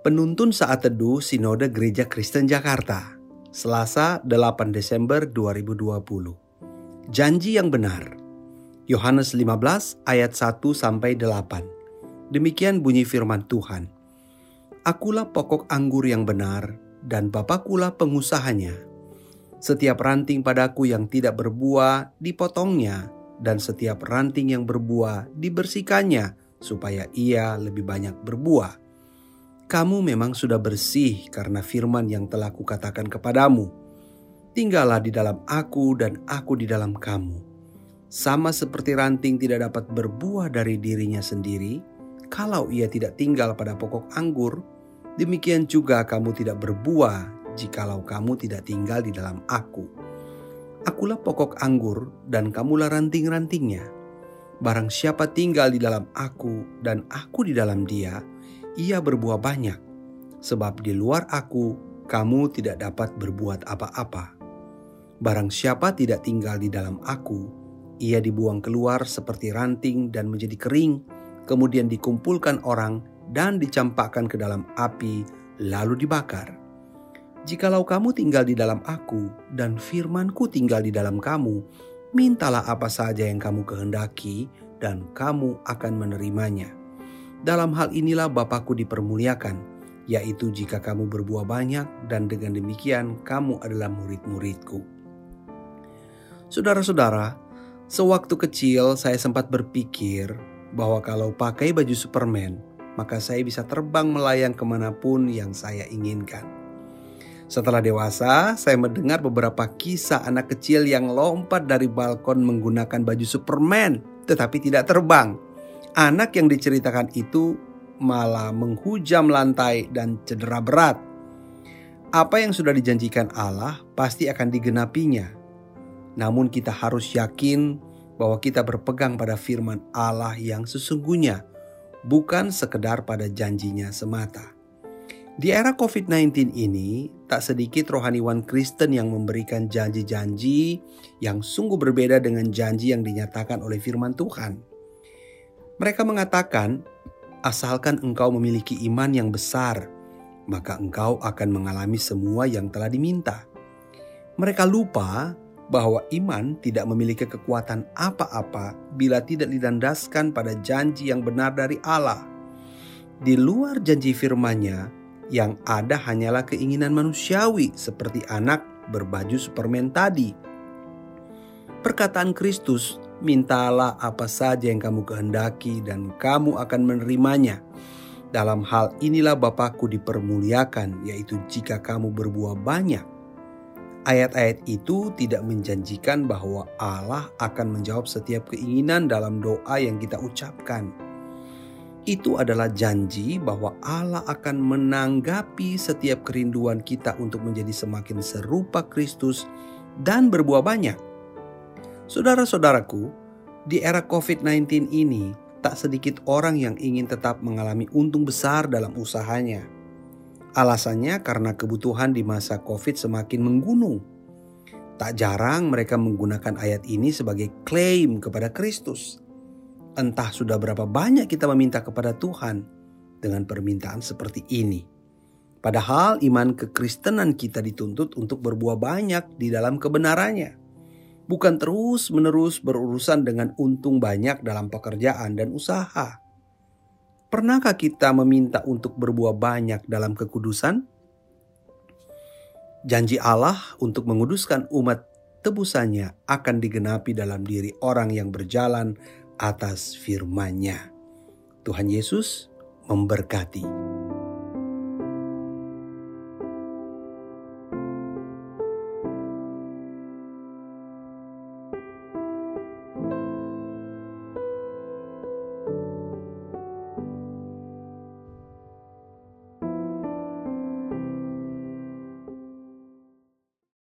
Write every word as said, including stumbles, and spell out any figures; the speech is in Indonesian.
Penuntun Saat Teduh Sinode Gereja Kristen Jakarta, Selasa delapan Desember dua ribu dua puluh. Janji yang benar. Yohanes lima belas ayat satu sampai delapan. Demikian bunyi firman Tuhan. Akulah pokok anggur yang benar, dan Bapakulah pengusahanya. Setiap ranting padaku yang tidak berbuah dipotongnya, dan setiap ranting yang berbuah dibersihkannya, supaya ia lebih banyak berbuah. Kamu memang sudah bersih karena firman yang telah kukatakan kepadamu. Tinggallah di dalam aku dan aku di dalam kamu. Sama seperti ranting tidak dapat berbuah dari dirinya sendiri, kalau ia tidak tinggal pada pokok anggur, demikian juga kamu tidak berbuah jikalau kamu tidak tinggal di dalam aku. Akulah pokok anggur dan kamulah ranting-rantingnya. Barang siapa tinggal di dalam aku dan aku di dalam dia, ia berbuah banyak, sebab di luar aku, kamu tidak dapat berbuat apa-apa. Barang siapa tidak tinggal di dalam aku, ia dibuang keluar seperti ranting dan menjadi kering, kemudian dikumpulkan orang dan dicampakkan ke dalam api, lalu dibakar. Jikalau kamu tinggal di dalam aku, dan firmanku tinggal di dalam kamu, mintalah apa saja yang kamu kehendaki, dan kamu akan menerimanya. Dalam hal inilah Bapakku dipermuliakan, yaitu jika kamu berbuah banyak dan dengan demikian kamu adalah murid-muridku. Saudara-saudara, sewaktu kecil saya sempat berpikir bahwa kalau pakai baju Superman, maka saya bisa terbang melayang kemanapun yang saya inginkan. Setelah dewasa, saya mendengar beberapa kisah anak kecil yang lompat dari balkon menggunakan baju Superman, tetapi tidak terbang. Anak yang diceritakan itu malah menghujam lantai dan cedera berat. Apa yang sudah dijanjikan Allah pasti akan digenapinya. Namun kita harus yakin bahwa kita berpegang pada firman Allah yang sesungguhnya, bukan sekedar pada janjinya semata. Di era covid sembilan belas ini, tak sedikit rohaniwan Kristen yang memberikan janji-janji yang sungguh berbeda dengan janji yang dinyatakan oleh firman Tuhan. Mereka mengatakan, asalkan engkau memiliki iman yang besar, maka engkau akan mengalami semua yang telah diminta. Mereka lupa bahwa iman tidak memiliki kekuatan apa-apa bila tidak dilandaskan pada janji yang benar dari Allah. Di luar janji firman-Nya, yang ada hanyalah keinginan manusiawi seperti anak berbaju Superman tadi. Perkataan Kristus, mintalah apa saja yang kamu kehendaki dan kamu akan menerimanya. Dalam hal inilah Bapakku dipermuliakan, yaitu jika kamu berbuah banyak. Ayat-ayat itu tidak menjanjikan bahwa Allah akan menjawab setiap keinginan dalam doa yang kita ucapkan. Itu adalah janji bahwa Allah akan menanggapi setiap kerinduan kita untuk menjadi semakin serupa Kristus dan berbuah banyak. Saudara-saudaraku, di era covid sembilan belas ini tak sedikit orang yang ingin tetap mengalami untung besar dalam usahanya. Alasannya karena kebutuhan di masa Covid semakin menggunung. Tak jarang mereka menggunakan ayat ini sebagai klaim kepada Kristus. Entah sudah berapa banyak kita meminta kepada Tuhan dengan permintaan seperti ini. Padahal iman kekristenan kita dituntut untuk berbuah banyak di dalam kebenarannya. Bukan terus-menerus berurusan dengan untung banyak dalam pekerjaan dan usaha. Pernahkah kita meminta untuk berbuah banyak dalam kekudusan? Janji Allah untuk menguduskan umat tebusannya akan digenapi dalam diri orang yang berjalan atas firman-Nya. Tuhan Yesus memberkati.